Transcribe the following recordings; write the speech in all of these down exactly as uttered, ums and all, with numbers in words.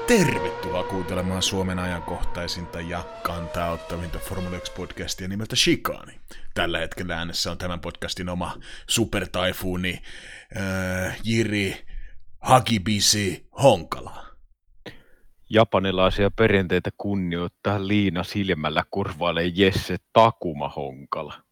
Tervetuloa kuuntelemaan Suomen ajankohtaisinta ja kantaa ottavinta Formula yksi-podcastia nimeltä Chicane. Tällä hetkellä äänessä on tämän podcastin oma supertaifuuni äh, Jiri Hagibisi Honkala. Japanilaisia perinteitä kunnioittaa Liina silmällä kurvailee Jesse Takuma Honkala.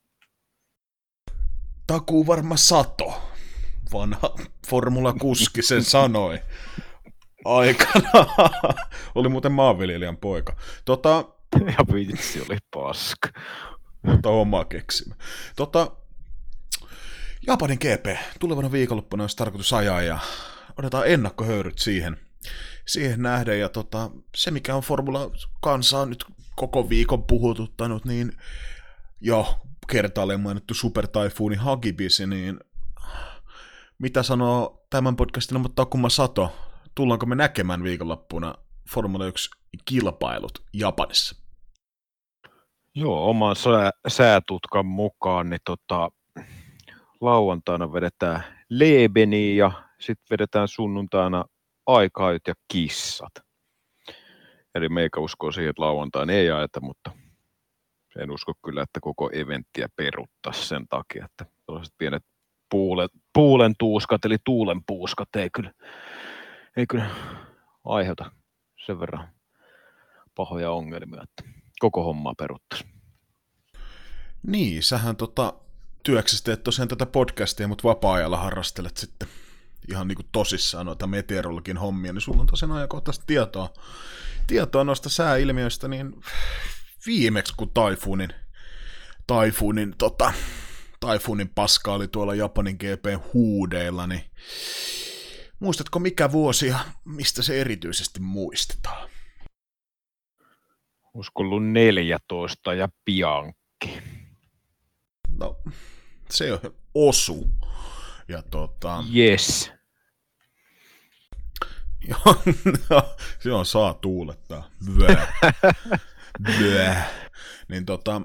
Takuu varma Sato, vanha formulakuski sen sanoi. Aikana. Oli muuten maanviljelijän poika. Tota, ja vitsi oli paska. Mutta omaa keksimä. Tota, Japanin G P tulevana viikonloppuna olisi tarkoitus ajaa ja otetaan ennakkohöyryt siihen, siihen nähden. Ja tota, se mikä on Formula kansaa nyt koko viikon puhututtanut, niin jo kertaalleen mainittu Super Typhooni Hagibisi, niin mitä sanoo tämän podcastin oma Takuma Sato? Tullaanko me näkemään viikonloppuna Formula yksi-kilpailut Japanissa? Joo, oman sää, säätutkan mukaan niin tota, lauantaina vedetään Lebeni ja sitten vedetään sunnuntaina Aikaajot ja kissat. Eli meikä uskoo siihen, että lauantaina ei ajeta, mutta en usko kyllä, että koko eventtiä peruttaisi sen takia, että tällaiset pienet puulen, puulen tuuskat, eli tuulen puuskat ei kyllä ei kyllä aiheuta sen verran pahoja ongelmia, että koko hommaa peruttaisi. Niin, sähän tota, työksessä teet tosiaan tätä podcastia, mutta vapaa-ajalla harrastelet sitten ihan niin kuin tosissaan noita meteorologin hommia, niin sulla on tosiaan ajankohtaista tietoa, tietoa noista sääilmiöistä, niin viimeksi kun Typhoonin, Typhoonin, tota, Typhoonin paska oli tuolla Japanin G P huudeilla, niin muistatko mikä vuosi ja mistä se erityisesti muistetaan? Olisiko ollut neljätoista ja Bianchi? No, se on osu. Ja tota... Yes. Se on saa tuulettaa. Blö. Blö. Niin tota...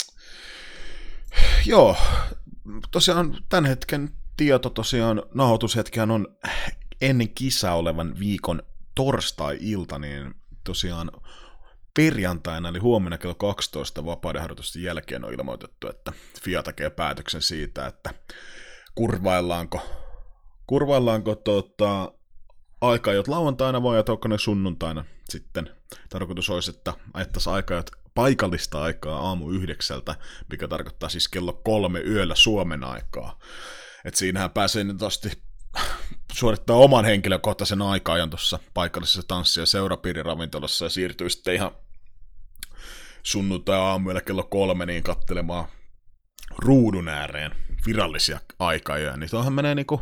Joo, tosiaan tämän hetken tieto tosiaan, nauhoitushetkihän on ennen kisaa olevan viikon torstai-ilta, niin tosiaan perjantaina, eli huomenna kello kaksitoista vapaudenharjoitusten jälkeen on ilmoitettu, että F I A tekee päätöksen siitä, että kurvaillaanko, kurvaillaanko tota, Aikaajot lauantaina vai ajetaanko ne sunnuntaina sitten. Tarkoitus olisi, että ajettaisiin Aikaajot paikallista aikaa aamu yhdeksältä, mikä tarkoittaa siis kello kolme yöllä Suomen aikaa. Et siinähän pääsee nyt asti suorittaa oman henkilökohtaisen aika-ajan tuossa paikallisessa tanssi- ja seurapiiriravintolassa ja siirtyy sitten ihan sunnuntai-aamuyöllä kello kolme niin katselemaan ruudun ääreen virallisia aika-ajoja. Niin tuohan menee niinku,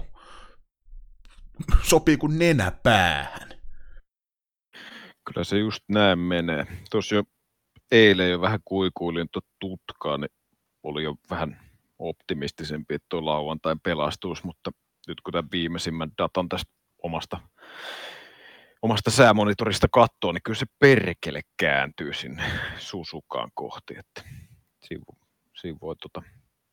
sopii kuin nenä päähän. Kyllä se just näin menee. Tuossa jo eilen jo vähän kuikuilin tuota tutkaa, niin oli jo vähän optimistisempi, että tuo lauantain pelastuus, mutta nyt kun tämän viimeisimmän datan tästä omasta, omasta säämonitorista katsoo, niin kyllä se perkele kääntyy sinne Susukaan kohti, että siinä, siinä voi tota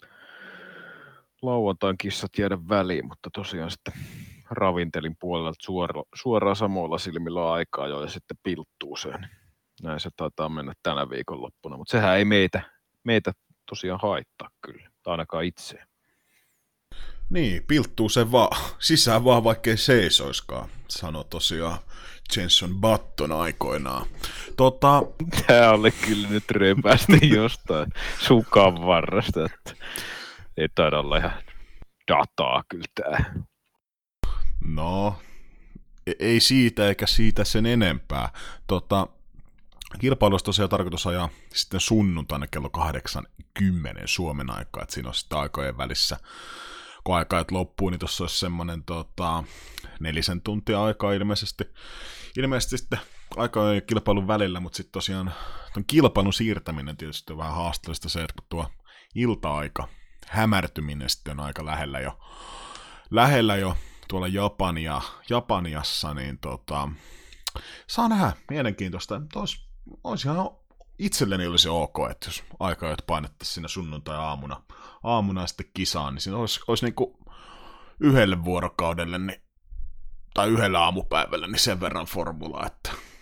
lauantain kissat jäädä väliin, mutta tosiaan sitten ravintelin puolelta suora, suoraan samoilla silmillä aikaa jo ja sitten pilttuuseen. Näin se taitaa mennä tänä viikonloppuna, mutta sehän ei meitä, meitä tosiaan haittaa kyllä, tai ainakaan itseään. Niin, pilttuu se vaan, sisään vaan vaikkei seisoiskaan, sanoi tosiaan Jenson Button aikoinaan. Tota... Tää oli kyllä nyt repästi jostain sukan varresta, että ei taida olla ihan dataa kyllä tää. No, ei siitä eikä siitä sen enempää. Tota, kilpailussa tosiaan tarkoitus ajaa sitten sunnuntaina kello kahdeksan kymmenen Suomen aikaa, että siinä on sitten aikojen välissä, kun Aikaajat loppuu, niin tuossa olisi semmoinen tota, nelisen tuntia aikaa ilmeisesti, ilmeisesti sitten aikojen kilpailun välillä, mutta sitten tosiaan tuon kilpailun siirtäminen tietysti on vähän haasteellista se, että kun tuo ilta-aika, hämärtyminen sitten on aika lähellä jo, lähellä jo tuolla Japania, Japaniassa, niin tota, saa nähdä mielenkiintoista. Olisi, olisi ihan itselleni olisi ok, että jos Aikaajot painettaisiin siinä sunnuntai-aamuna aamuna sitten kisaan, niin siinä olisi, olisi niin kuin yhdelle vuorokaudelle niin, tai yhdellä aamupäivällä niin sen verran formulaa, että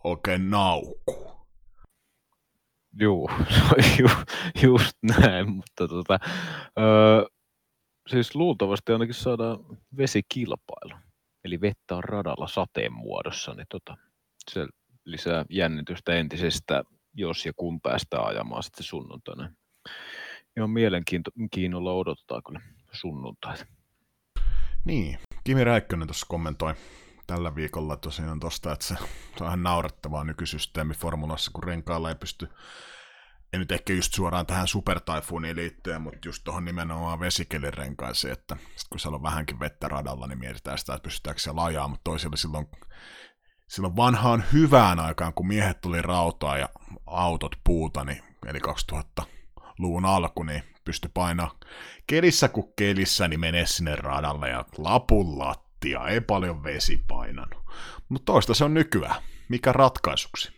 oikein naukuu. Juu, se on ju, just näin, mutta tota, öö, siis luultavasti ainakin saadaan vesikilpailu, eli vettä on radalla sateen muodossa, niin tota, se lisää jännitystä entisestä, jos ja kun päästään ajamaan sitten sunnuntaina. Ihan mielenkiinnolla odotetaan kyllä sunnuntaita. Niin, Kimi Räikkönen tuossa kommentoi tällä viikolla tosiaan tuosta, että se on ihan naurettavaa nykysysteemi formulassa, kun renkaalla ei pysty, ei nyt ehkä just suoraan tähän Super Typhooniin liittyen, mutta just tuohon nimenomaan vesikelin renkaisiin, että sit kun siellä on vähänkin vettä radalla, niin mietitään sitä, että pystytäänkö siellä ajaa, mutta toisilla silloin, silloin vanhaan hyvään aikaan, kun miehet tuli rautaa ja autot puuta, niin, eli kaksituhattaluvun alku, niin pystyi painaa kelissä kuin kelissä, niin menee sinne radalle ja lapun lattia, ei paljon vesi painanut. Mutta toista se on nykyään. Mikä ratkaisuksi?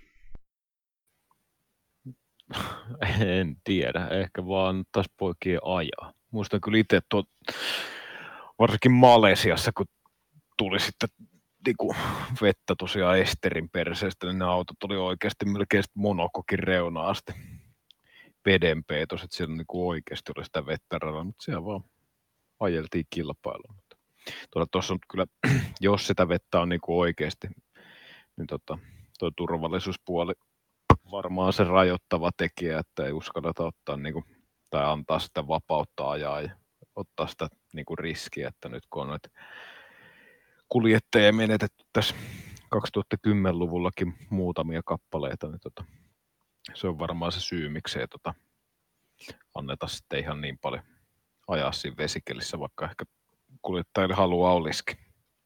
En tiedä, ehkä vaan taas poikien ajaa. Muistan kyllä itse tuo, varsinkin Malesiassa, kun tuli sitten niinku vettä tosiaan esterin perseestä, niin ne autot oli oikeasti melkein monokokin reunaa asti vedenpeitoiset, siellä niinku oikeasti oli sitä vettä radalla, mutta siellä vaan ajeltiin kilpailua. Tuossa on kyllä, jos sitä vettä on niinku oikeasti, niin tota, tuo turvallisuuspuoli varmaan se rajoittava tekijä, että ei uskalleta ottaa niinku, tai antaa sitä vapautta ajaa ja ottaa sitä niinku riskiä, että nyt kun on noita kuljettajia menetetty tässä kaksituhattakymmenluvullakin muutamia kappaleita, niin tota, se on varmaan se syy, miksei tota, anneta sitten ihan niin paljon ajaa siinä vesikelissä, vaikka ehkä kuljettajille halua olisikin.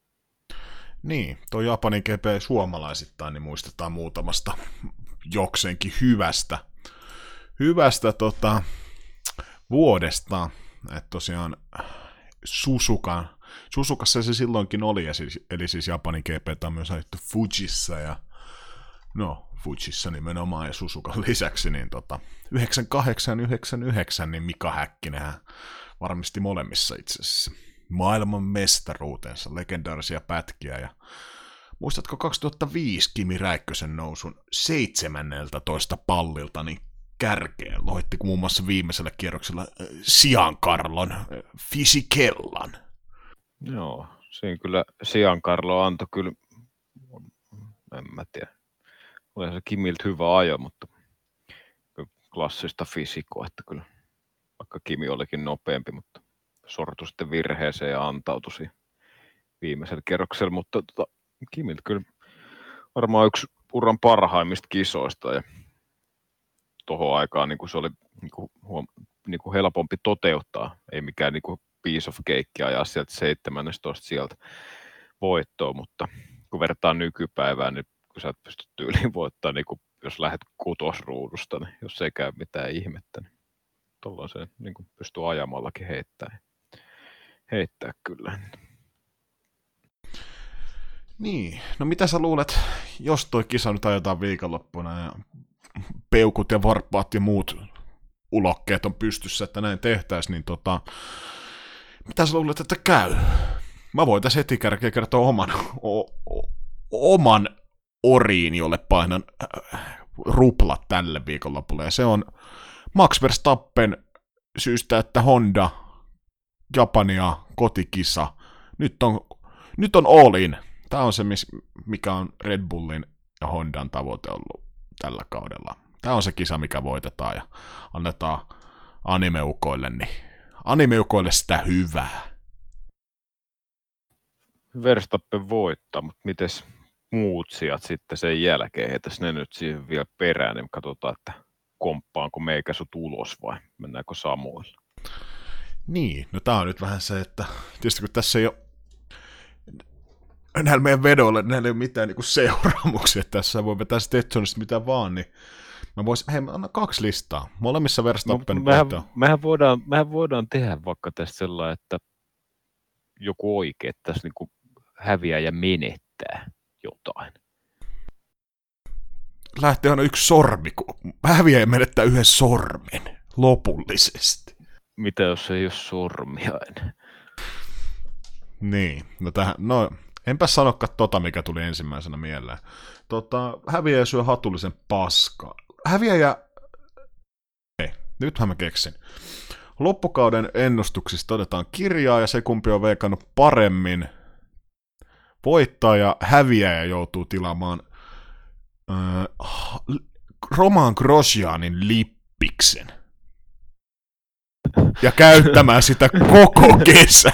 Niin, tuo Japanin G P suomalaisittain, niin muistetaan muutamasta jokseenkin hyvästä, hyvästä tota, vuodesta, että tosiaan Suzuka, Suzukassa se silloinkin oli, ja siis, eli siis Japanin G P on myös ajettu Fujissa, ja no, Fujissa nimenomaan, ja Suzukan lisäksi, niin tota, yhdeksänkymmentäkahdeksan yhdeksänkymmentäyhdeksän, niin Mika Häkkinenhän varmisti molemmissa itse asiassa maailman mestaruutensa, legendaarisia pätkiä, ja muistatko kaksituhattaviisi Kimi Räikkösen nousun seitsemänneltätoista pallilta niin kärkeen, lohitti muun muassa viimeisellä kierroksella Giancarlon Fisikellan. Joo, siinä kyllä Giancarlo antoi kyllä, en mä tiedä, oli se Kimiltä hyvä ajo, mutta klassista fisikoa, että kyllä vaikka Kimi olikin nopeampi, mutta sortui sitten virheeseen ja antautui viimeisellä kierroksella, mutta tota, Kimiltä kyllä varmaan yksi uran parhaimmista kisoista ja tuohon aikaan niin kuin se oli niin kuin, huom, niin kuin helpompi toteuttaa, ei mikään niin kuin piece of cake ajaa sieltä seitsemäntoista sieltä voittoa, mutta kun vertaa nykypäivään, niin kun sä et pysty tyyliin voittamaan, niin kuin, jos lähdet kutosruudusta, niin jos ei käy mitään ihmettä, niin tuollaiseen niin kuin pystyy ajamallakin heittämään. Heittää kyllä. Niin, no mitä sä luulet, jos toi kisa nyt ajetaan viikonloppuna ja peukut ja varpaat ja muut ulokkeet on pystyssä, että näin tehtäisiin, niin tota, mitä sä luulet, että käy? Mä voin tässä heti kärkeä kertoa oman, o, o, oman oriin, jolle painan äh, ruplat tälle viikonlopulle, ja se on Max Verstappen syystä, että Honda, Japania, kotikisa, nyt on, nyt on all in. Tämä on se, mikä on Red Bullin ja Hondan tavoite ollut tällä kaudella. Tämä on se kisa, mikä voitetaan ja annetaan animeukoille, niin animeukoille sitä hyvää. Verstappen voittaa, mutta mites muut sijat sitten sen jälkeen? Heitäs ne nyt siihen vielä perään, niin katsotaan, että komppaanko meikä sut ulos vai mennäänkö samoilla? Niin, no tää on nyt vähän se, että tietysti kun tässä ei ole näillä meidän vedoilla, näillä ei ole mitään niin seuraamuksia, että tässä voi vetää Stetsonista mitä vaan, niin mä voisin, hei mä annan kaksi listaa, molemmissa Verstappen no, mehän, mehän, voidaan, mehän voidaan tehdä vaikka tästä sellainen, että joku oikein tässä niin kuin häviää ja menettää jotain. Lähtee aina yksi sormi, kun häviää ja menettää yhden sormen lopullisesti. Mitä jos ei ole sormia enää? Niin, no, tähän, no Enpä sanokaan tota, mikä tuli ensimmäisenä mieleen. Tota, häviäjä syö hatullisen paskaa. Häviäjä... Ei, nythän mä keksin. Loppukauden ennustuksista todetaan kirjaa, ja se kumpi on veikannut paremmin voittaa, ja häviäjä joutuu tilaamaan öö, Roman Grosjeanin lippiksen. Ja käyttämään sitä koko kesän.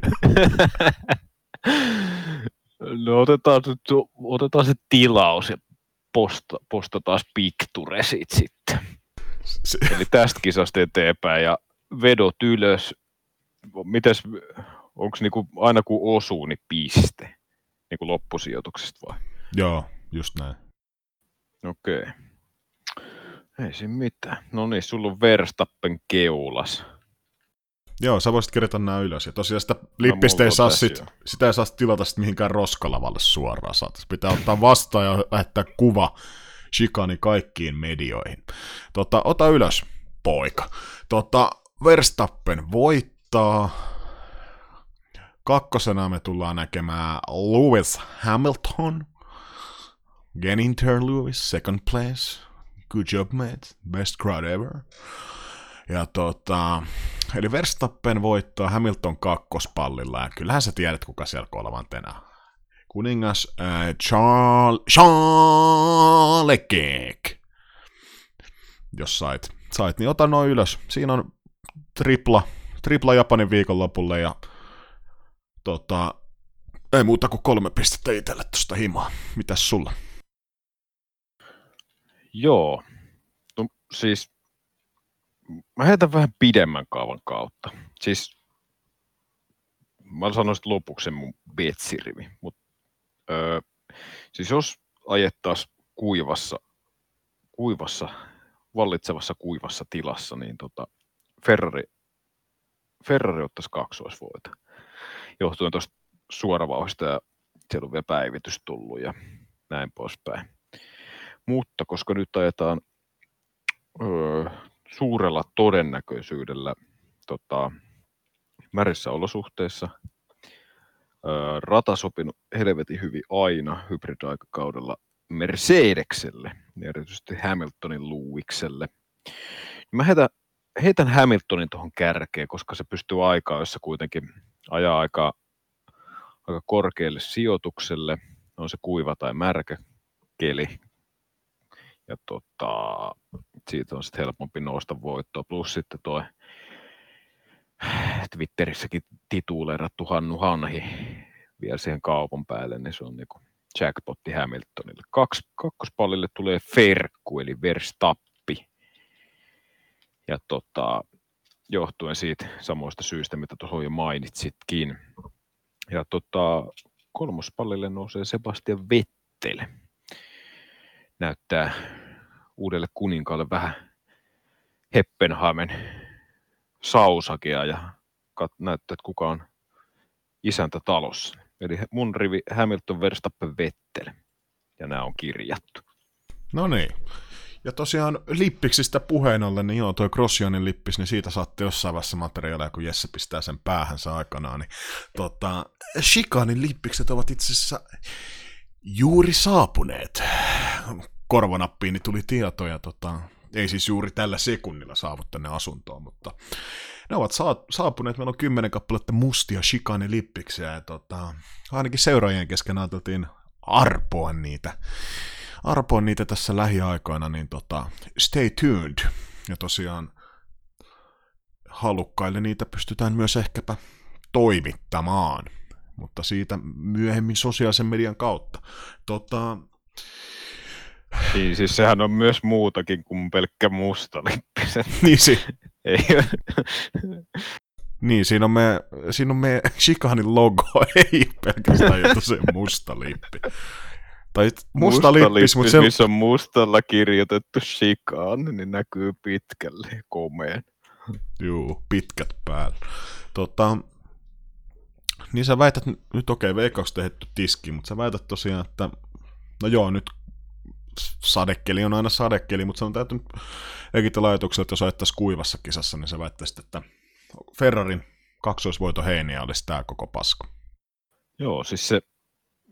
No otetaan, nyt, otetaan se tilaus ja posta, postataan picture siitä sitten. Se... Eli tästä kisasta eteenpäin ja vedot ylös. Mites, onko niinku aina kun osuu, niin piste? Niinku loppusijoituksesta vai? Joo, just näin. Okei. Okay. Ei siinä mitään. No niin, sulla on Verstappen keulas. Joo, sä voisit kirjata nämä ylös. Ja tosiaan sitä lippistä ei saa, sit, sitä ei saa tilata sit mihinkään roskalavalle suoraan. Saatais. Pitää ottaa vastaan ja lähettää kuva chicani kaikkiin medioihin. Tota, ota ylös, poika. Tota, Verstappen voittaa. Kakkosena me tullaan näkemään Lewis Hamilton. Getting there, Lewis, second place. Good job, mate. Best crowd ever. Ja tota, eli Verstappen voittaa Hamilton kakkospallilla, ja kyllähän sä tiedät, kuka siellä kolmantena. Kuningas äh, Charles, Charles Leclerc. Jos sait, sait, niin ota noin ylös. Siinä on tripla, tripla Japanin viikonlopulle, ja tota, ei muuta kuin kolme pistettä itselle tosta himaa. Mitäs sulla? Joo, no, siis mä heitän vähän pidemmän kaavan kautta. Siis mä sanoisin lopuksi sen mun betsirivi, mutta öö, siis jos ajettaisiin kuivassa, kuivassa, vallitsevassa kuivassa tilassa, niin tota Ferrari, Ferrari ottaisi kaksoisvoita. Johtuen tuosta suoravauhista ja siellä on vielä päivitys tullut ja näin poispäin. Mutta koska nyt ajetaan öö, suurella todennäköisyydellä tota, märissä olosuhteissa, öö, rata sopinut helvetin hyvin aina hybridaikakaudella Mercedekselle, ja erityisesti Hamiltonin Lewikselle. Mä heitän, heitän Hamiltonin tuohon kärkeen, koska se pystyy aikaa, jossa kuitenkin ajaa aika, aika korkealle sijoitukselle, on se kuiva tai märkä keli. Ja tota, siitä on sitten helpompi nousta voittoa. Plus sitten tuo Twitterissäkin tituuleerattu Hannu Hanhi vielä siihen kaupan päälle, niin se on niinku jackpotti Hamiltonille. Kaks, kakkospallille tulee Ferkku, eli Verstappi. Ja tota, johtuen siitä samoista syistä, mitä tuossa jo mainitsitkin. Ja tota, kolmospallille nousee Sebastian Vettel. Näyttää uudelle kuninkaalle vähän Heppenheimen sausakea ja kat- näyttää, että kuka on isäntä talossa. Eli mun rivi Hamilton, Verstappen, Vettel. Ja nämä on kirjattu. No niin. Ja tosiaan lippiksistä puheen ollen, niin joo, toi Grosjeanin lippis, niin siitä saatte jossain vaiheessa materiaalia, kun Jesse pistää sen päähänsä aikanaan. Niin, tota, chicanin lippikset ovat itse asiassa juuri saapuneet. Korvanappiini tuli tietoja, tota, ei siis juuri tällä sekunnilla saavut tänne asuntoon, mutta ne ovat saa, saapuneet. Meillä on kymmenen kappaletta mustia chicanin lippiksiä, ja tota, ainakin seuraajien kesken ajateltiin arpoa niitä. Arpoa niitä tässä lähiaikoina, niin tota, stay tuned. Ja tosiaan halukkaille niitä pystytään myös ehkäpä toimittamaan, mutta siitä myöhemmin sosiaalisen median kautta. Tota... Niin, siis sehän on myös muutakin kuin pelkkä musta lippiset. niin, si- Ei. niin, siinä on me, siinä on me chicanin logo, ei pelkästään joku se musta lippi. Tai musta, musta lippis, lippis mutta se... missä on mustalla kirjoitettu chicane, niin näkyy pitkälle komeen. Juu, pitkät päällä. Tota, niin sä väität, nyt okei, okay, veikkaukset tehty tiski, mutta sä väität tosiaan, että no joo, nyt sadekeli on aina sadekeli, mutta se on täytynyt legitillä ajatuksia, että jos ajettaisiin kuivassa kisassa, niin sä väittäisit, että Ferrarin kaksoisvoito heiniä olisi tää koko paska. Joo, siis se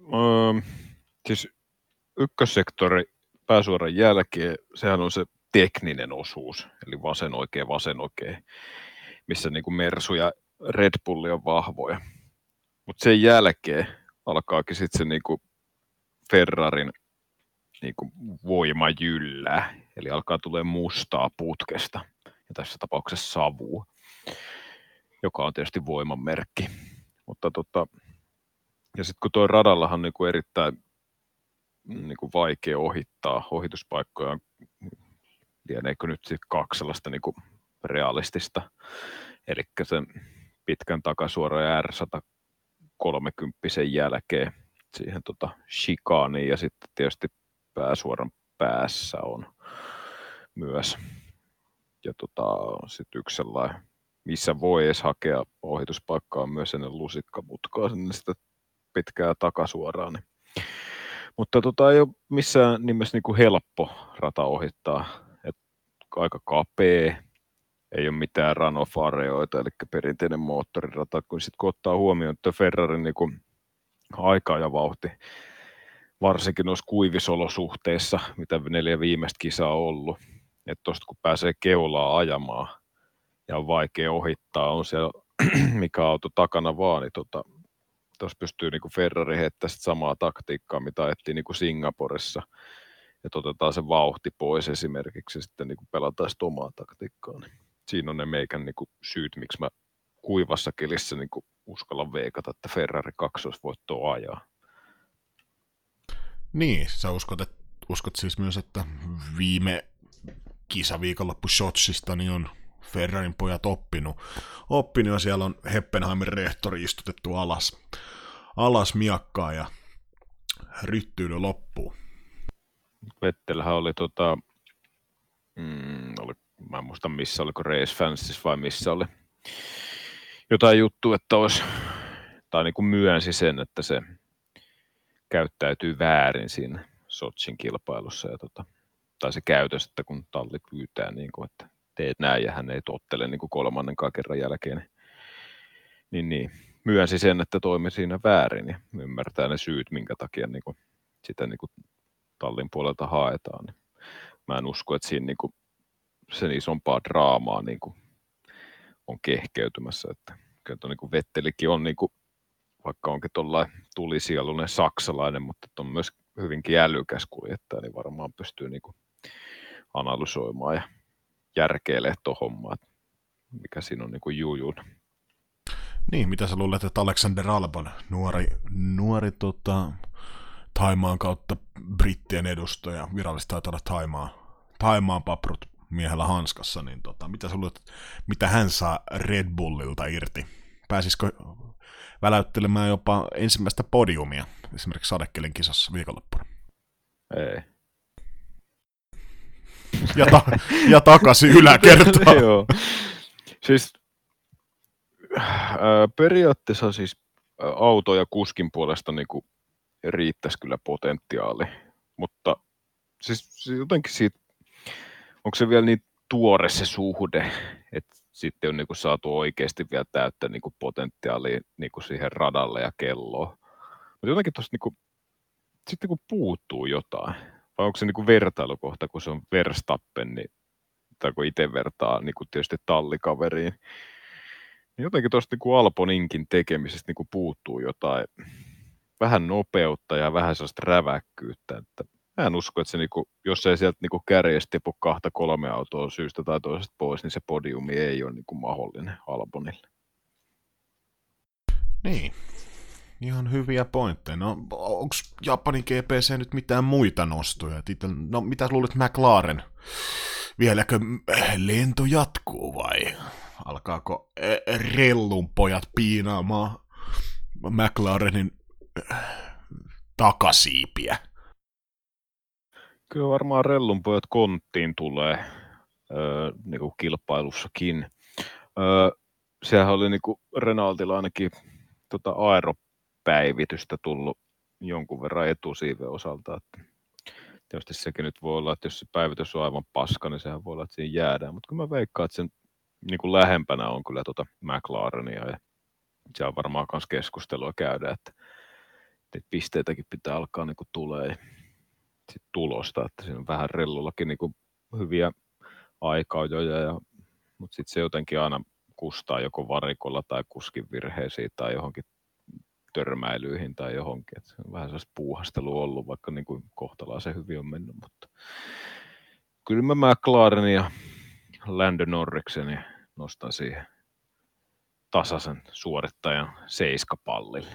Öö, siis ykkössektori pääsuoran jälkeen, sehän on se tekninen osuus, eli vasen oikein, vasen oikein, missä niin kuin Mersu ja Red Bull on vahvoja. Mutta sen jälkeen alkaakin sitten se niin kuin Ferrarin niin kuin voima jyllää, eli alkaa tulee mustaa putkesta, ja tässä tapauksessa savua, joka on tietysti voiman merkki. Mutta tota, ja sitten kun tuo radallahan on niin kuin erittäin niin kuin vaikea ohittaa ohituspaikkoja, lieneekö nyt sitten kaksi sellaista niin kuin realistista, eli sen pitkän takasuoran ja R sata kolmekymmentä jälkeen siihen tota chicaniin, ja sitten tietysti pääsuoran päässä on myös. Ja tota, sitten yksi sellainen, missä voi edes hakea ohituspaikkaa myös ennen lusikkaputkaa sinne sitä pitkää takasuoraa. Niin. Mutta tota, ei ole missään nimessä niin kuin helppo rata ohittaa. Et aika kapea, ei ole mitään ranofareoita, eli perinteinen moottorirata, kun sitten kun ottaa huomioon, että Ferrarin niin kuin aika ja vauhti, varsinkin noissa kuivisolosuhteissa, mitä neljä viimeistä kisaa on ollut, että tuosta kun pääsee keulaa ajamaan ja on vaikea ohittaa, on siellä mikä auto takana vaan, niin tuossa tota, pystyy niin kuin Ferrari heittämään samaa taktiikkaa, mitä ajettiin niin kuin Singaporessa, että otetaan se vauhti pois esimerkiksi ja sitten niin kuin pelataan sitä omaa taktiikkaa. Niin siinä on ne meikän niin kuin syyt, miksi mä kuivassa kelissä niin kuin uskallan veikata, että Ferrari kaksoisvoittoa ajaa. Niin, sä uskot, et, uskot siis myös, että viime kisaviikonloppu Sotsista niin on Ferrarin pojat oppinut. Oppinut ja siellä on Heppenheimin rehtori istutettu alas, alas miakkaa ja ryttyily loppuu. Vettelhän oli tota, mm, oli, mä en muista missä, oliko Race Fansissa vai missä oli jotain juttu, että olisi, tai niin kuin myönsi sen, että se käyttäytyy väärin siinä Sotsin kilpailussa. Ja tota, tai se käytös, että kun talli pyytää, niin kuin, että teet näin ja hän ei tottele niin kuin kolmannen kerran jälkeen, niin, niin myönsi sen, että toimi siinä väärin ja ymmärtää ne syyt, minkä takia niin kuin, sitä niin kuin tallin puolelta haetaan. Niin mä en usko, että siinä niin kuin, sen isompaa draamaa niin kuin, on kehkeytymässä. Että kyllä tuo, niin kuin Vettelikin on, niin kuin, vaikka onkin tuollainen tulisieluinen saksalainen, mutta on myös hyvinkin älykäs kuljettaja, niin varmaan pystyy niin kuin, analysoimaan ja järkeilee tuon hommaan, mikä siinä on niin kuin jujun. Niin, mitä sä luulet, että Alexander Alban, nuori, nuori tota, Thaimaan kautta brittien edustaja, virallisesti taitaa olla Thaimaan, Thaimaan paprut miehellä hanskassa, niin tota, mitä sä luulet, mitä hän saa Red Bullilta irti? Pääsisikö väläyttelemään jopa ensimmäistä podiumia, esimerkiksi Sadekelin kisassa viikonloppuna? Ei. Ja, ta- ja takaisin yläkertaan. Joo. Siis äh, periaatteessa siis äh, auto ja kuskin puolesta niin kuin riittäisi kyllä potentiaali, mutta siis jotenkin siitä, onko se vielä niin tuore se suhde, että sitten on niin kuin saatu oikeasti vielä täyttä niin kuin potentiaalia niin kuin siihen radalle ja kelloon. Mutta jotenkin tuosta niin sitten kun puuttuu jotain, vai onko se niin kuin vertailukohta, kun se on Verstappen, niin, tai kun itse vertaa niin kuin tietysti tallikaveriin, niin jotenkin tuosta niin Alponinkin tekemisestä niin kuin puuttuu jotain, vähän nopeutta ja vähän sellaista räväkkyyttä, että mä en usko, että se, niin kuin, jos ei sieltä niin kärjestä tipu kahta kolme autoa syystä tai toisesta pois, niin se podiumi ei ole niin kuin mahdollinen Albonille. Niin, ihan hyviä pointteja. No, onko Japanin G P C nyt mitään muita nostoja? No, mitä luulet McLaren? Vieläkö lento jatkuu vai alkaako Rellun pojat piinaamaan McLarenin takasiipiä? Kyllä varmaan Rellun pojat konttiin tulee öö, niin kuin kilpailussakin. Öö, sehän oli niin kuin Renaultilla ainakin tota aeropäivitystä tullut jonkun verran etusiiven osalta. Että tietysti sekin nyt voi olla, että jos se päivitys on aivan paska, niin sehän voi olla, että siinä jäädään. Mutta kyllä mä veikkaan, että sen niin kuin lähempänä on kyllä tota McLarenia ja siellä on varmaan myös keskustelua käydä, että niitä pisteitäkin pitää alkaa niin kuin tulee ja sit tulosta, että siinä on vähän rellullakin niin kuin hyviä aikaujoja, ja, mutta sitten se jotenkin aina kustaa joko varikolla tai kuskin virheisiin tai johonkin törmäilyihin tai johonkin. Et se on vähän sellaista puuhastelua ollut, vaikka niin kuin kohtalaisen hyvin on mennyt, mutta kyllä mä McLarenin ja Lando Norriksen ja nostan siihen tasaisen suorittajan seiskapallille.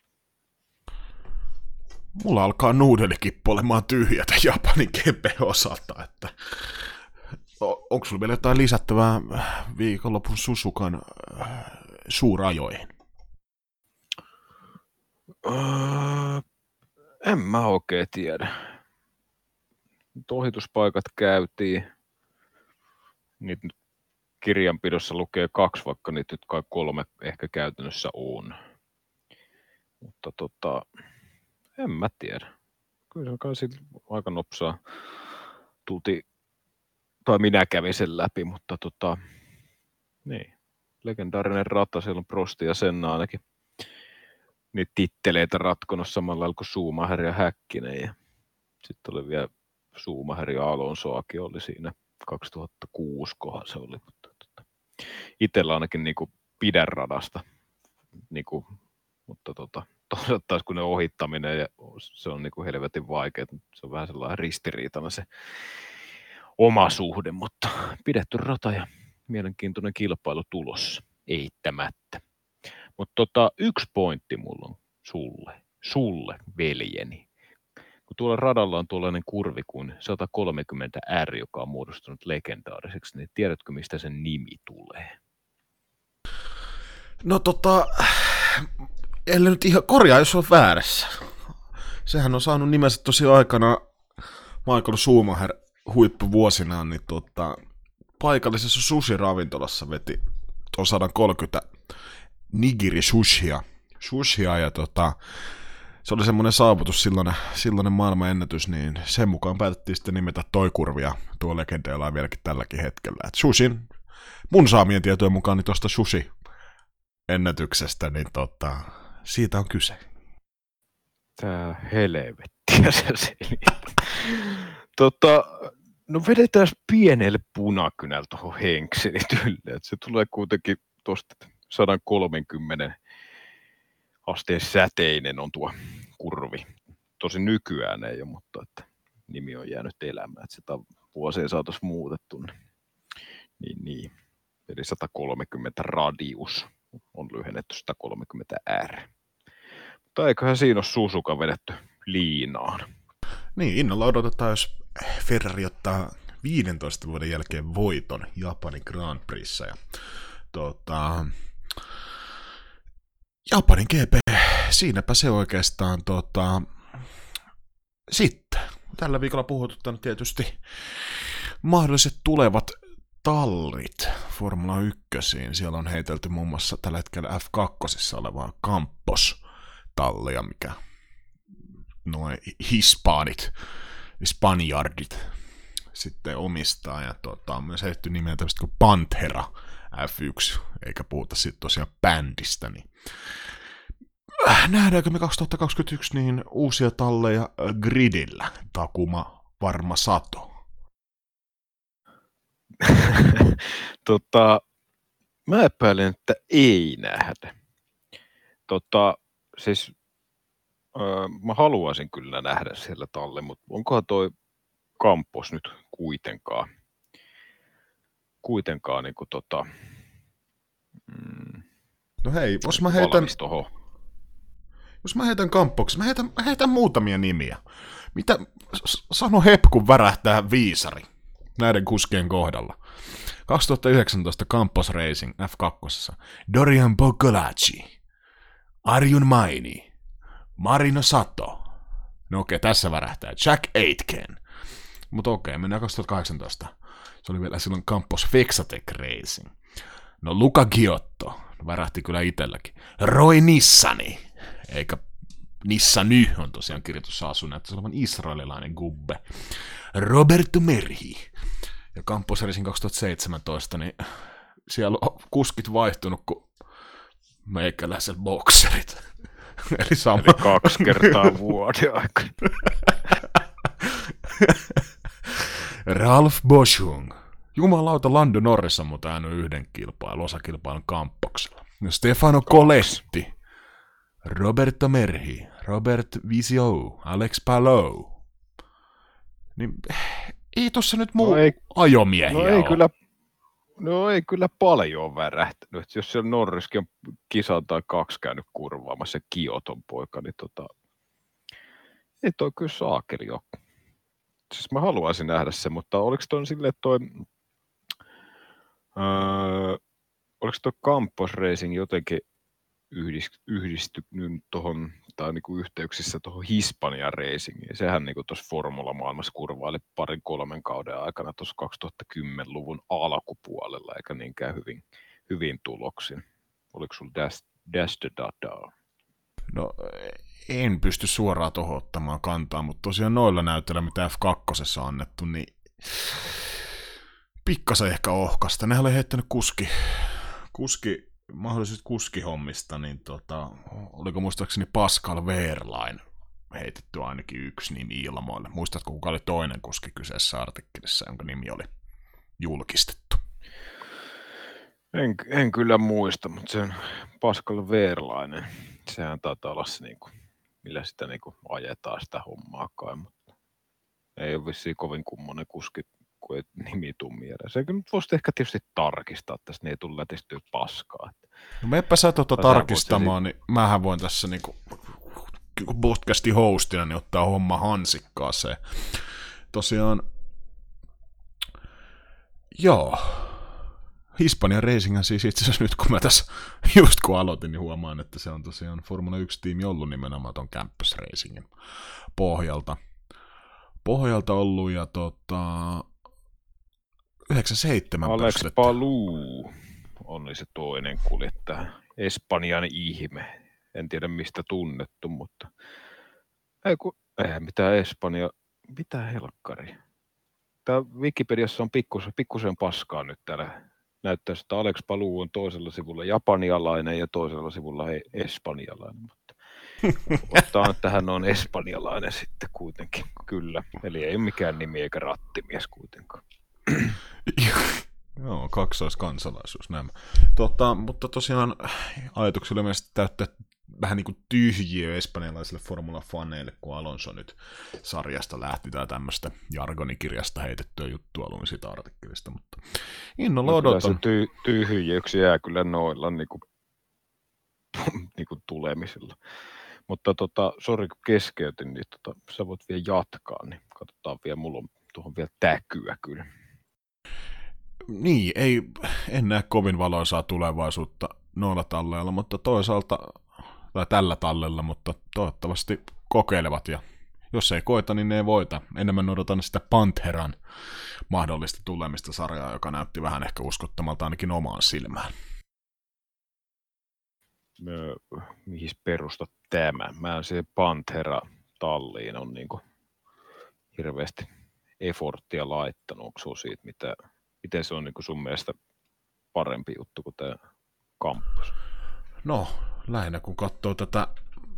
Mulla alkaa nuudelikippu olemaan tyhjätä Japanin G P-osalta, että onko sulla vielä jotain lisättävää viikonlopun Suzukan suurajoihin? Öö, en mä oikein tiedä. Nyt ohituspaikat käytiin. Niitä nyt kirjanpidossa lukee kaksi, vaikka niitä nyt kai kolme ehkä käytännössä on. Mutta tota, en mä tiedä. Kyllä se kai siitä aika nopsaa tultiin, tai minä kävin sen läpi, mutta tota, niin. Legendaarinen rata, siellä on Prost ja Senna ainakin niitä titteleitä ratkonut samalla lailla kuin Schumacher ja Häkkinen. Ja sitten oli vielä Schumacher ja Alonsoakin oli siinä kaksituhattakuusi, kohan se oli. Mutta tota, itsellä ainakin niinku pidän radasta, niinku, mutta tota, toisaalta taas kun ne ohittaminen ja se on niinku helvetin vaikeaa, se on vähän sellainen ristiriitana se oma suhde, mutta pidetty rata ja mielenkiintoinen kilpailu tulossa, eittämättä. Mutta tota, yksi pointti mulla on sulle, sulle veljeni. Kun tuolla radalla on tuollainen kurvi kuin sata kolmekymmentä R, joka on muodostunut legendaariseksi, niin tiedätkö mistä sen nimi tulee? No tota, ellei nyt ihan korjaa, jos on väärässä. Sehän on saanut nimensä tosi aikana Michael Schumacher huippuvuosinaan, niin tota, paikallisessa sushi-ravintolassa veti tuon sata kolmekymmentä nigiri sushia, sushia ja tota, se oli semmoinen saavutus, silloinen, silloinen maailmanennätys, niin sen mukaan päätettiin sitten nimetä toi kurvi, ja tuo legenda elää vieläkin tälläkin hetkellä. Et sushin, mun saamien tietojen mukaan, niin tuosta sushi-ennätyksestä, niin tota, siitä on kyse. Tää helvettiä se selittää. tota, no vedetään pienelle punakynällä tuohon henkselitylle, että se tulee kuitenkin tuosta sata kolmekymmentä asteen säteinen on tuo kurvi. Tosi nykyään ei ole, mutta että nimi on jäänyt elämään, että sitä on vuosien saatossa muutettu. Niin, niin. Eli sata kolmekymmentä radius on lyhennetty sata kolmekymmentä R. Mutta eiköhän siinä ole Suzuka vedetty liinaan. Niin, innolla odotetaan, jos Ferrari ottaa viidentoista vuoden jälkeen voiton Japanin Grand Prixssä. Ja, tota, Japanin G P, siinäpä se oikeastaan tota, sitten. Tällä viikolla puhututtanut tietysti mahdolliset tulevat tallit Formula ykkösiin. Siellä on heitelty muun muassa tällä hetkellä F kaksi olevaa Campos-tallia, mikä noin hispaanit, spanjardit sitten omistaa. Ja tota, on myös heitetty nimeä tämmöistä kuin Pantera F yksi, eikä puhuta sitten tosiaan bändistä. Niin nähdäänkö me kaksituhattakaksikymmentäyksi niin uusia talleja gridillä? Takuma varma sato. tota, mä epäilen, että ei nähdä. Tota, siis öö, mä haluaisin kyllä nähdä siellä talle, mutta onkohan toi Campos nyt kuitenkaan, kuitenkaan niin kuin tota, mm, no hei, jos mä heitän, jos mä heitän Campoksen, mä heitän, mä heitän muutamia nimiä. Mitä, sano hep, kun värähtää viisari näiden kuskien kohdalla. kaksituhattayhdeksäntoista Campos Racing F kaksi. Dorian Boccolacci, Arjun Maini, Marino Sato. No okei, tässä värähtää. Jack Aitken. Mutta okei, mennään kaksituhattakahdeksantoista. Se oli vielä silloin Campos Fexatec Racing. No Luca Giotto. Värähti kyllä itselläkin. Roy Nissani. Eikä Nissany on tosiaan kirjoitus asu, näyttäisi olevan israelilainen gubbe. Roberto Merhi. Ja Campos Racing kaksituhattaseitsemäntoista, niin siellä on kuskit vaihtunut kuin meikäläiset bokserit. Eli sama. Eli kaksi kertaa vuoden aikana. Ralph Boschung. Jumalauta, Lando Norris on muuten aina yhden kilpailun, osakilpailun kamppoksella. Stefano Kaksi. Coletti. Roberto Merhi. Robert Visio. Alex Palou. Niin, ei tossa nyt muu No ei- ajomiehiä No ei ole. kyllä, no ei kyllä paljon värähtänyt. Et jos siellä Norriskin on kisan tai kaksi käynyt kurvaamassa se Kioton poika, niin tota, ei toi kyllä saakeli ole. Siis mä haluaisin nähdä sen, mutta oliko toi silleen, että toi, öö, oliko toi Campos Racing jotenkin yhdist- yhdistynyt tuohon, tai niinku yhteyksissä tuohon Hispanian Racingiin. Sehän niinku tuossa Formula-maailmassa kurvaili parin kolmen kauden aikana tuossa kaksituhattakymmenluvun alkupuolella, eikä niinkään hyvin, hyvin tuloksin. Oliko sulla dash, dash the dada? No, en pysty suoraan tohon ottamaan kantaa, mutta tosiaan noilla näytöillä, mitä F kaksi on annettu, niin pikkasen ehkä ohkasta. Ne oli heittänyt kuski, kuski mahdollisista kuskihommista, niin tota, oliko muistaakseni Pascal Wehrlein heitetty ainakin yksi nimi ilmoille. Muistatko, kuka oli toinen kuski kyseessä artikkelissa, jonka nimi oli julkistettu? En, en kyllä muista, mutta sen Pascal Wehrleinen, sehän taitaa olla se, niinku, millä sitä niinku ajetaan sitä hommaa kai, mutta ei ole vissiin kovin kummonen kuski, kun ei nimi tuu mieleen. Se nyt voisi ehkä tietysti tarkistaa, että tästä ei tule lätistyä paskaa. No meppä sä tota Tai sähän tarkistamaan, niin mähän voin tässä niinku podcastin hostina niin ottaa homma hansikkaaseen. Tosiaan, joo, Hispanian Racing siis itse asiassa nyt kun mä tässä just kun aloitin, niin huomaan, että se on tosiaan Formula yksi-tiimi ollut nimenomaan ton Campus Racingin pohjalta. Pohjalta ollut ja tota yhdeksänkymmentäseitsemän Alex perustettu. Palou on se toinen kuljettaja. Espanjan ihme. En tiedä mistä tunnettu, mutta ei kun, eihän mitään Espanja, mitä helkkari. Tää Wikipediassa on pikkusen, pikkusen paskaa nyt täällä. Näyttäisi, että Alex Palou on toisella sivulla japanialainen ja toisella sivulla ei espanjalainen, mutta ottaa, että hän on espanjalainen sitten kuitenkin, kyllä. Eli ei ole mikään nimi eikä rattimies kuitenkaan. Joo, kaksoiskansalaisuus nämä. Tota, mutta tosiaan ajatuksella mielestäni täyttää vähän niin kuin tyhjiö espanjalaisille formula-faneille, kun Alonso nyt sarjasta lähti tai tämmöistä jargonikirjasta heitettyä juttua luin siitä artikkelista, mutta innolla No, odotan. se ty- tyhjiöksi jää kyllä noilla niin kuin, niin kuin tulemisilla. Mutta tota, sori kun keskeytin, niin tota, sä voit vielä jatkaa, niin katsotaan vielä, mulla on tuohon vielä täkyä kyllä. Niin, ei, en näe kovin valoisaa tulevaisuutta noilla talleilla, mutta toisaalta, tai tällä tallella, mutta toivottavasti kokeilevat, ja jos ei koita, niin ne ei voita. Enemmän odotan sitä Pantheran mahdollista tulemista sarjaa, joka näytti vähän ehkä uskottomalta ainakin omaan silmään. Öö, mihin perustat tämä? Mä en siihen Panthera-talliin on niin kuin hirveästi efforttia laittanut. Onko sun siitä, mitä, miten se on niin kuin sun mielestä parempi juttu kuin tämä Campos? No, lähinnä kun katsoo tätä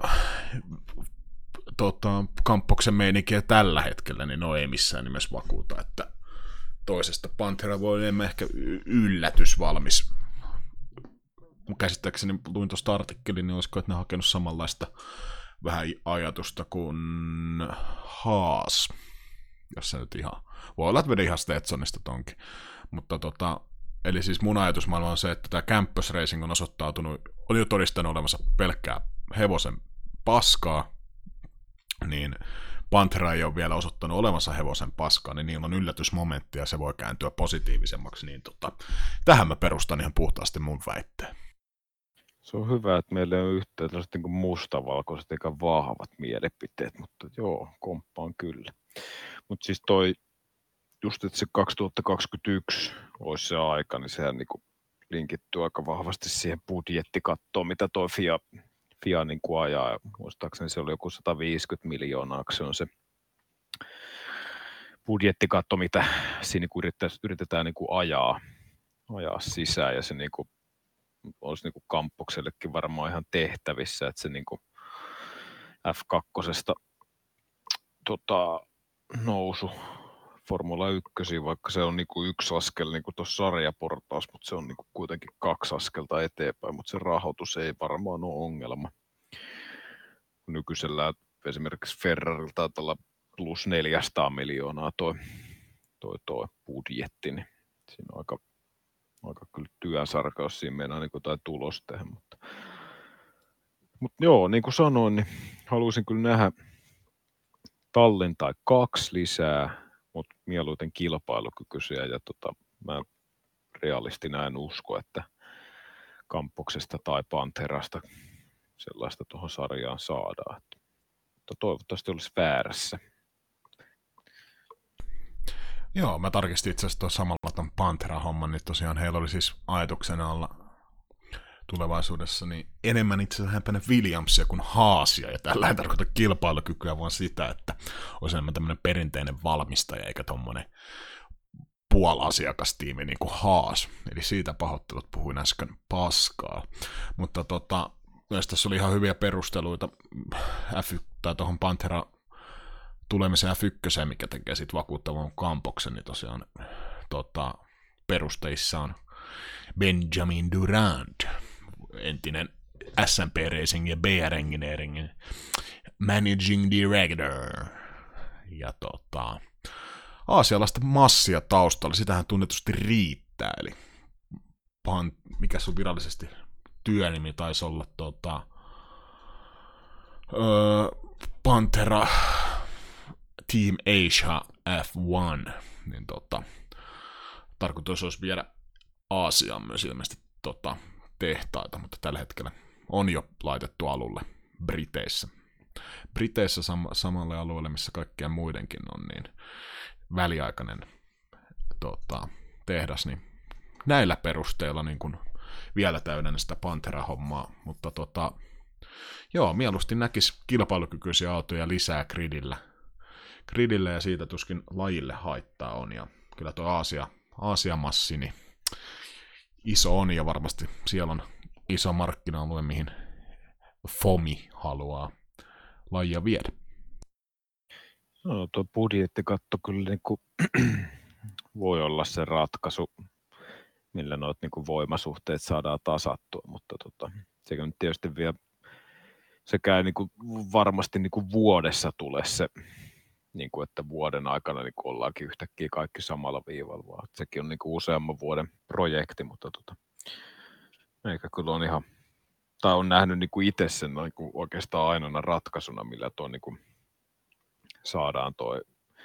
tota, Kampoksen meininkiä tällä hetkellä, niin no ei missään nimessä vakuuta, että toisesta Panthera voi enemmän ehkä y- yllätys valmis. Käsittääkseni luin tuosta artikkelin, niin olisiko, että ne on hakenut samanlaista vähän ajatusta kuin Haas, jos se nyt ihan, voi olla, että veden ihan Stetsonista tonkin, mutta tota, eli siis mun ajatusmaailma on se, että tämä Campus Racing on osoittautunut, on jo todistanut olemassa pelkkää hevosen paskaa, niin Panthera ei ole vielä osoittanut olemassa hevosen paskaa, niin niillä on yllätysmomentti ja se voi kääntyä positiivisemmaksi, niin tota, tähän mä perustan ihan puhtaasti mun väitteen. Se on hyvä, että meillä on yhteen tällaiset niin kuin mustavalkoiset eikä vahvat mielipiteet, mutta joo, komppaan kyllä. Mutta siis toi, just että se kaksituhattakaksikymmentäyksi olisi se aika, niin sehän niin kuin linkittyy aika vahvasti siihen budjettikattoon, mitä toi FIA, FIA niin kuin ajaa. Muistaakseni se oli joku sata viisikymmentä miljoonaa, se on se budjettikatto, mitä siinä niin kuin yritetään, yritetään niin kuin ajaa, ajaa sisään, ja se niin kuin olisi niin kuin Kampoksellekin varmaan ihan tehtävissä, että se niin kuin F kaksi tota, nousu Formula yksi, vaikka se on niinku yksi askel niinku tuossa sarjaportaus, mutta se on niinku kuitenkin kaksi askelta eteenpäin, mutta se rahoitus ei varmaan ole ongelma. Nykyisellä esimerkiksi Ferrarilta taitaa olla plus neljäsataa miljoonaa toi, toi, toi budjetti, niin siinä on aika, aika kyllä työsarka, jos siinä meinaa niin jotain tulos tehdä. Mutta, mutta joo, niin kuin sanoin, niin haluaisin kyllä nähdä tallin tai kaksi lisää, mutta mieluiten kilpailukykyisiä. Ja tota, mä realistina en usko, että Kampoksesta tai Pantherasta sellaista tuohon sarjaan saadaan. Mutta toivottavasti olisi väärässä. Joo, mä tarkistin itse asiassa tuon samalla ton Pantera-homman, niin tosiaan heillä oli siis ajatuksena olla tulevaisuudessa niin enemmän itse asiassa hänpäinen Williamsia kuin Haasia, ja tällä ei tarkoita kilpailukykyä, vaan sitä, että olisi enemmän tämmöinen perinteinen valmistaja, eikä tommonen puolasiakastiimi niin kuin Haas. Eli siitä pahoittelut, puhuin äsken paskaa. Mutta tota, myös tässä oli ihan hyviä perusteluita F yksi, tai tuohon Pantera tulemisen F yksi, mikä tekee sitten vakuuttavan Kampoksen, niin tosiaan tota, perusteissa on Benjamin Durand, entinen S and P Racing ja B R Engineeringin Managing Director. Ja tota, aasialaista massia taustalla, sitähän tunnetusti riittää, eli pan, mikä sun virallisesti työnimi taisi olla tota, öö, Pantera Team Asia F yksi, niin tota, tarkoitus olisi viedä Aasiaan myös ilmeisesti tota, tehtaita, mutta tällä hetkellä on jo laitettu alulle Briteissä. Briteissä sam- samalle alueelle, missä kaikkien muidenkin on, niin väliaikainen tota, tehdas, niin näillä perusteilla niin kun vielä täydennä sitä Pantera-hommaa, mutta tota, joo, mieluusti näkisi kilpailukykyisiä autoja lisää gridillä, gridille ja siitä tuskin lajille haittaa on, ja kyllä tuo Aasia, Aasia-massi, niin iso on, ja varmasti siellä on iso markkina-alue, mihin Fomi haluaa lajia viedä. No, tuo budjettikatto kyllä niin kuin voi olla se ratkaisu, millä noita niin kuin voimasuhteet saadaan tasattua, mutta tota, sekä nyt tietysti vielä sekä niin kuin varmasti niin kuin vuodessa tulee se, niin kuin että vuoden aikana niin kuin ollaankin yhtäkkiä kaikki samalla viivalla, vaan sekin on niin kuin useamman vuoden projekti, mutta tota, eikä kyllä on ihan, tai on nähnyt niin kuin itse sen niin kuin oikeastaan ainoana ratkaisuna, millä tuo niin kuin saadaan toi,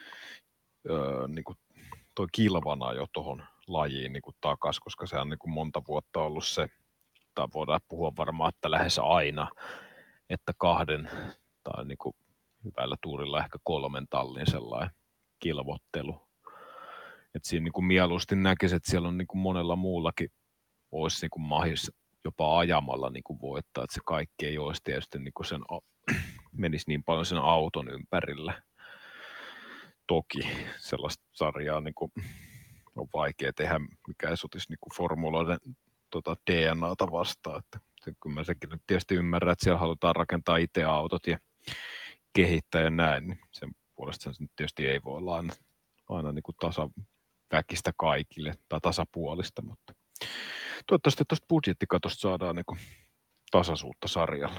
öö, niin kuin toi kilvana jo tuohon lajiin niin kuin takas, koska se on niin kuin monta vuotta ollut se, tai voidaan puhua varmaan, että lähes aina, että kahden tai niin kuin hyvällä tuurilla ehkä kolmen tallin sellainen kilvottelu. Et siinä niin kuin mieluusti näkisi, että siellä on niin kuin monella muullakin olisi niin kuin mahis jopa ajamalla niin kuin voittaa, että se kaikki ei olisi tietysti niin kuin sen, menisi niin paljon sen auton ympärille. Toki sellaista sarjaa niin kuin on vaikea tehdä, mikä ei sotisi niin kuin formuloiden tota D N A:ta vastaan. Että kyllä mä sekin nyt tietysti ymmärrän, että siellä halutaan rakentaa itse autot ja kehittää ja näin, niin sen puolesta se nyt tietysti ei voi olla aina, aina niin kuin tasaväkistä kaikille tai tasapuolista, mutta toivottavasti tuosta budjettikatosta saadaan niin kuin tasaisuutta sarjalla.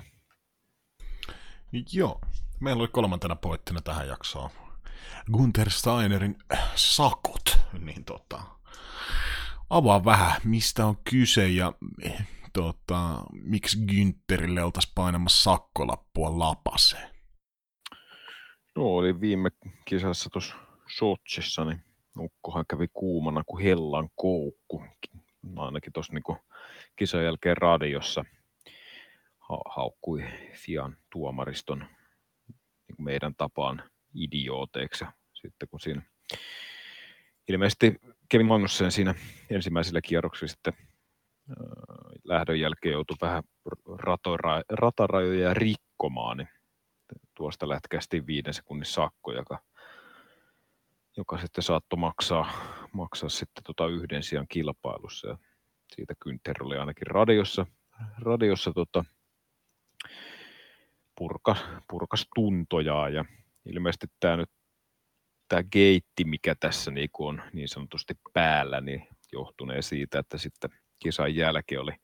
Joo, meillä oli kolmantena pointtina tähän jaksoon Gunther Steinerin sakot, niin tota, avaa vähän, mistä on kyse ja tota, miksi Güntherille oltaisiin painamassa sakkolappua lapaseen. No, oli viime kisassa tuossa Sotsissa, niin ukkohan kävi kuumana kuin hellan koukku. Ainakin tuossa niin kisan jälkeen radiossa ha- haukkui Fian tuomariston niin meidän tapaan idiooteiksi. Sitten kun siinä ilmeisesti Kevin Magnussen siinä ensimmäisellä kierroksilla sitten äh, lähdön jälkeen joutui vähän ratora- ratarajoja rikkomaan, niin tuosta lätkästiin viiden sekunnin sakko, joka, joka sitten saattoi maksaa, maksaa sitten tota yhden sijan kilpailussa. Ja siitä Günther oli ainakin radiossa, radiossa tota, purkas, purkas tuntojaan ja ilmeisesti tämä nyt tämä geitti, mikä tässä niinku on niin sanotusti päällä, niin johtunee siitä, että sitten kisan jälkeen oli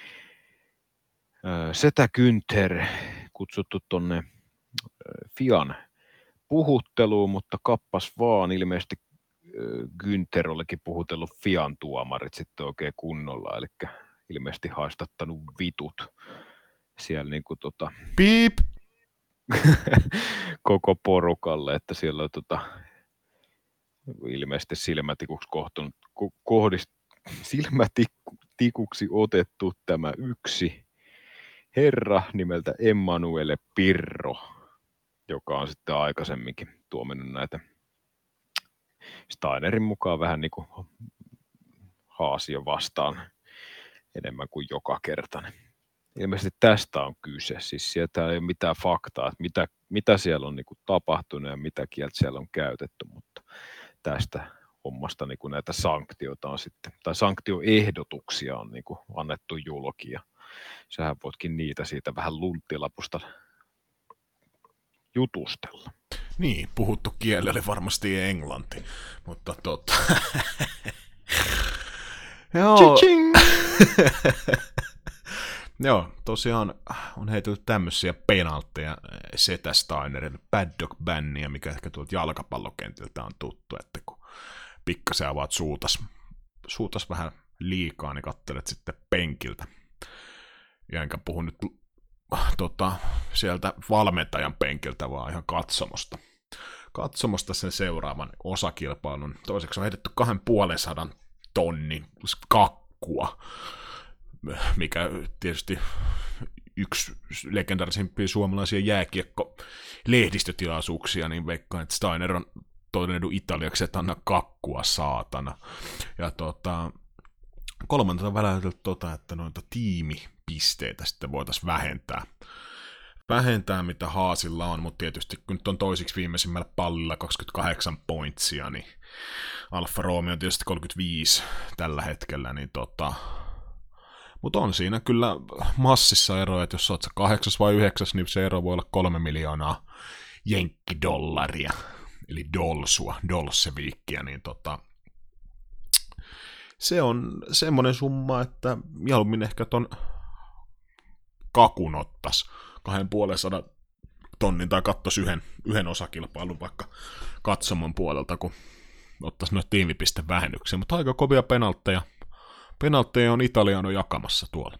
ää, Setä Günther kutsuttu tuonne Fian puhutteluun, mutta kappas vaan, ilmeisesti Günther olikin puhutellut Fian tuomarit sitten oikein kunnolla, eli ilmeisesti haistattanut vitut siellä niinku tota, Piip! koko porukalle, että siellä on tota, ilmeisesti silmätikuksi kohtunut, kohdist, silmätikuksi otettu tämä yksi herra nimeltä Emanuele Pirro, joka on sitten aikaisemminkin tuominut näitä Steinerin mukaan vähän niin kuin Haasia vastaan enemmän kuin joka kerta. Ilmeisesti tästä on kyse, siis sieltä ei ole mitään faktaa, että mitä, mitä siellä on niin kuin tapahtunut ja mitä kieltä siellä on käytetty, mutta tästä hommasta niin kuin näitä sanktioita on sitten, tai sanktioehdotuksia on niin kuin annettu julki, ja sähän voitkin niitä siitä vähän lunttilapusta jutustella. Niin, puhuttu kieli oli varmasti englanti, mutta totta. Joo. Joo, tosiaan on heitelty tämmöisiä penaltteja Setä Steinerin paddock-bänniä, mikä ehkä tuolta jalkapallokentiltä on tuttu, että kun pikkasen avaat suutas, suutas vähän liikaa, niin katselet sitten penkiltä. Ja enkä puhu nyt tota, sieltä valmentajan penkiltä, vaan ihan katsomosta. Katsomosta sen seuraavan osakilpailun. Toiseksi on heitetty kahden puolen sadan tonnin kakkua, mikä tietysti yksi legendaarisimpia suomalaisia jääkiekko-lehdistötilaisuuksia, niin veikkaan, että Steiner on todennut italiaksi, että anna kakkua saatana. Ja tota, kolmantena väläytelty tota, että noita tiimipisteitä sitten voitaisiin vähentää. Vähentää, mitä Haasilla on, mutta tietysti kun nyt on toisiksi viimeisimmällä pallilla kaksikymmentäkahdeksan pointsia, niin Alfa Romeo on tietysti kolmekymmentäviisi tällä hetkellä, niin tota, mutta on siinä kyllä massissa eroja, että jos olet se kahdeksas vai yhdeksäs, niin se ero voi olla kolme miljoonaa jenkkidollaria, eli dolsua, dolseviikkiä, niin tota, se on semmoinen summa, että mieluummin ehkä ton kakun ottas kahden puolen sadan tonnin tai kattoisi yhden, yhden osakilpailun vaikka katsomon puolelta, kun ottaisi noita tiimipistevähennyksiä, mutta aika kovia penaltteja. Penaltteja on Italiano jakamassa tuolla.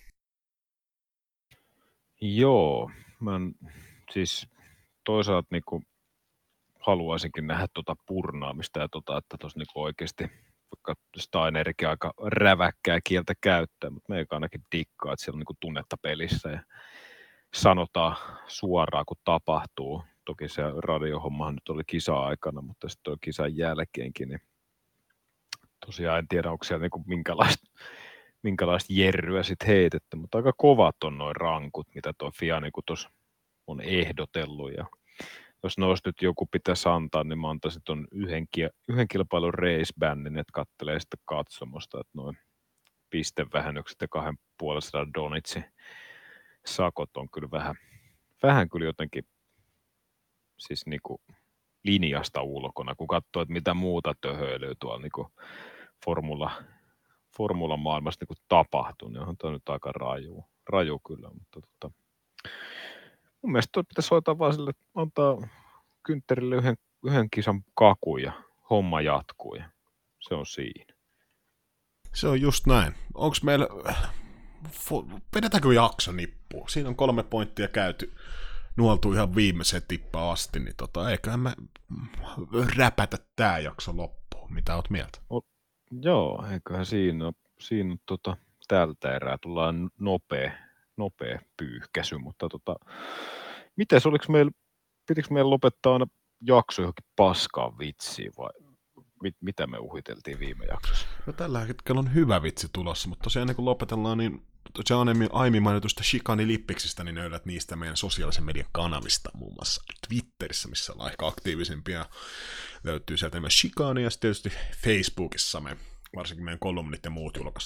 Joo, mä en, siis toisaalta niinku haluaisinkin nähdä tuota purnaamista ja tota, että tuossa niinku oikeasti, vaikka Steinerikin aika räväkkää kieltä käyttää, mutta meikä ainakin dikkaa, että siellä on niinku tunnetta pelissä ja sanotaan suoraan, kun tapahtuu. Toki se radiohommahan nyt oli kisa-aikana, mutta sitten tuo kisan jälkeenkin, niin tosiaan en tiedä, onko siellä niinku minkälaista, minkälaista jerryä sit heitetty, mutta aika kovat on noin rankut, mitä tuo Fia niinku tuossa on ehdotellut. Ja jos noista nyt joku pitäisi antaa, niin mä antaisin tuon yhden, yhden kilpailun race-bändin, että kattelee sitten katsomusta, että noin pistevähennykset ja kahden puolesta donitsi sakot on kyllä vähän, vähän kyllä jotenkin siis niinku linjasta ulkona, kun katsoo, että mitä muuta töhöilyy tuolla niinku formula, formula maailmassa niinku tapahtuu, niin onhan tuo nyt aika raju, raju kyllä, mutta tota, mun mielestä tuo pitäisi hoitaa vaan sille, että antaa Güntherille yhden, yhden kisan kakun ja homma jatkuu ja se on siinä. Se on just näin. Onko meillä, vedetäänkö jakso nippuun? Siinä on kolme pointtia käyty, nuoltu ihan viimeiseen tippaan asti, niin tota, eiköhän me räpätä tää jakso loppuun. Mitä oot mieltä? O, joo, eiköhän siinä, siinä tota, tältä erää tullaan nopea, nopea pyyhkäsy, mutta tota, mites, oliko meillä, pitikö meillä lopettaa aina jakso johonkin paskaan vitsiin vai mit, mitä me uhiteltiin viime jaksossa? No tällä hetkellä on hyvä vitsi tulossa, mutta tosiaan ennen kuin lopetellaan, niin se on aiemmin mainitusta Chicane-lippiksistä, niin löydät niistä meidän sosiaalisen median kanavista, muun muassa Twitterissä, missä ollaan ehkä aktiivisempia. Löytyy sieltä myös Chicane, ja sitten tietysti Facebookissa me, varsinkin meidän kolumnit ja muut julkaistaan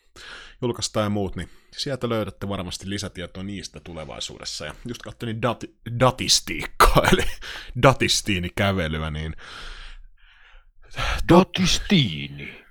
julkaistaan ja muut, niin sieltä löydätte varmasti lisätietoa niistä tulevaisuudessa. Ja just katsoin dati, datistiikkaa, eli datistiinikävelyä, niin... Datistiini!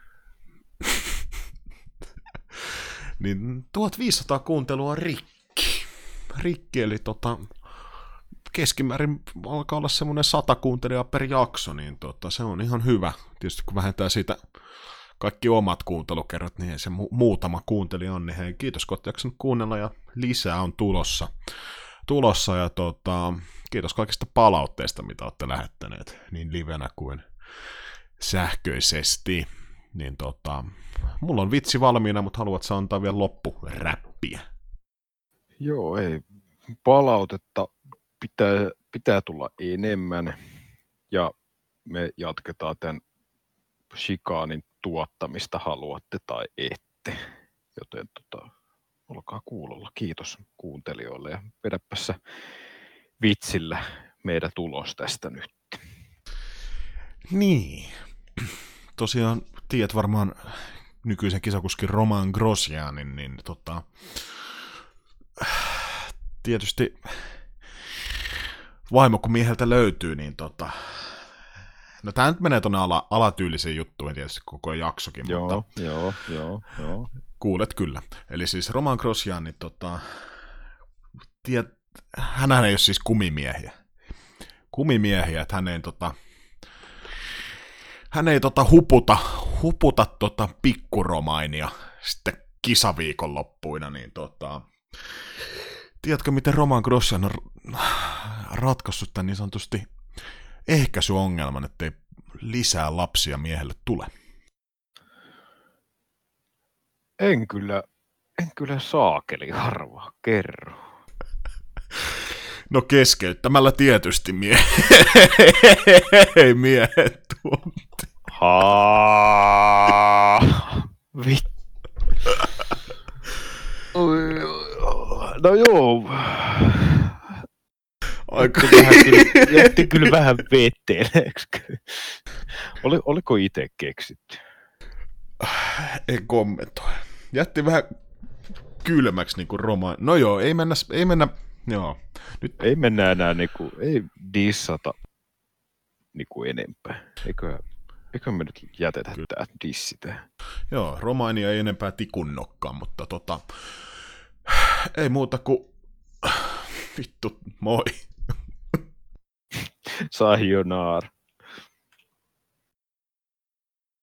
niin tuhatviisisataa kuuntelua rikki. Rikki, eli tota... keskimäärin alkaa olla semmoinen sata kuuntelijaa per jakso, niin tota, se on ihan hyvä. Tietysti kun vähentää siitä kaikki omat kuuntelukerrat, niin se mu- muutama kuuntelija on, niin hei, kiitos kun olette jaksanut kuunnella, ja lisää on tulossa. tulossa ja tota, kiitos kaikista palautteista, mitä olette lähettäneet, niin livenä kuin sähköisesti. Niin tota, mulla on vitsi valmiina, mutta haluat sä antaa vielä loppuräppiä? Joo, ei. Palautetta pitää, pitää tulla enemmän, ja me jatketaan tämän Shikaanin tuottamista, haluatte tai ette. Joten tota, olkaa kuulolla. Kiitos kuuntelijoille, ja vedäpässä vitsillä meidän tulos tästä nyt. Niin. Tosiaan tiedät varmaan nykyisen kisakuskin Roman Grosjeanin, niin tota, tietysti vaimo kun mieheltä löytyy, niin tota, no tää nyt menee tonne ala, alatyylisiin juttuihin tietysti koko jaksokin, Joo, mutta joo, joo, joo. kuulet kyllä. Eli siis Roman Grosjean, niin tota, tiedät, hänhän ei ole siis kumimiehiä. Kumimiehiä, että hän ei tota, hän ei tota huputa, huputa tota pikkuromainia sitten kisaviikon loppuina, niin tota, tiedätkö miten Roman Grosjean on ratkaissut tämän niin sanotusti ehkäisyongelman, ettei lisää lapsia miehelle tule? En kyllä, en kyllä saakeli harva kerro. No keskeyttämällä tietysti mie- ei miehet tunti. Haa, vit. No joo. Aika. Jätti vähän kyllä, jätti kyllä vähän veteen. Oli, oliko itse keksitty? Ei kommentoi. Jätti vähän kylmäksi niinku Roma. No joo, ei mennä, ei mennä, joo. Nyt Ei mennä enää niinku, ei dissata niinku enempää. Eikö, eikö me nyt jätetä kyllä tää dissi tähän? joo, Romania ei enempää tikunnokkaan, mutta tota, ei muuta kuin vittu, moi. Sayonara.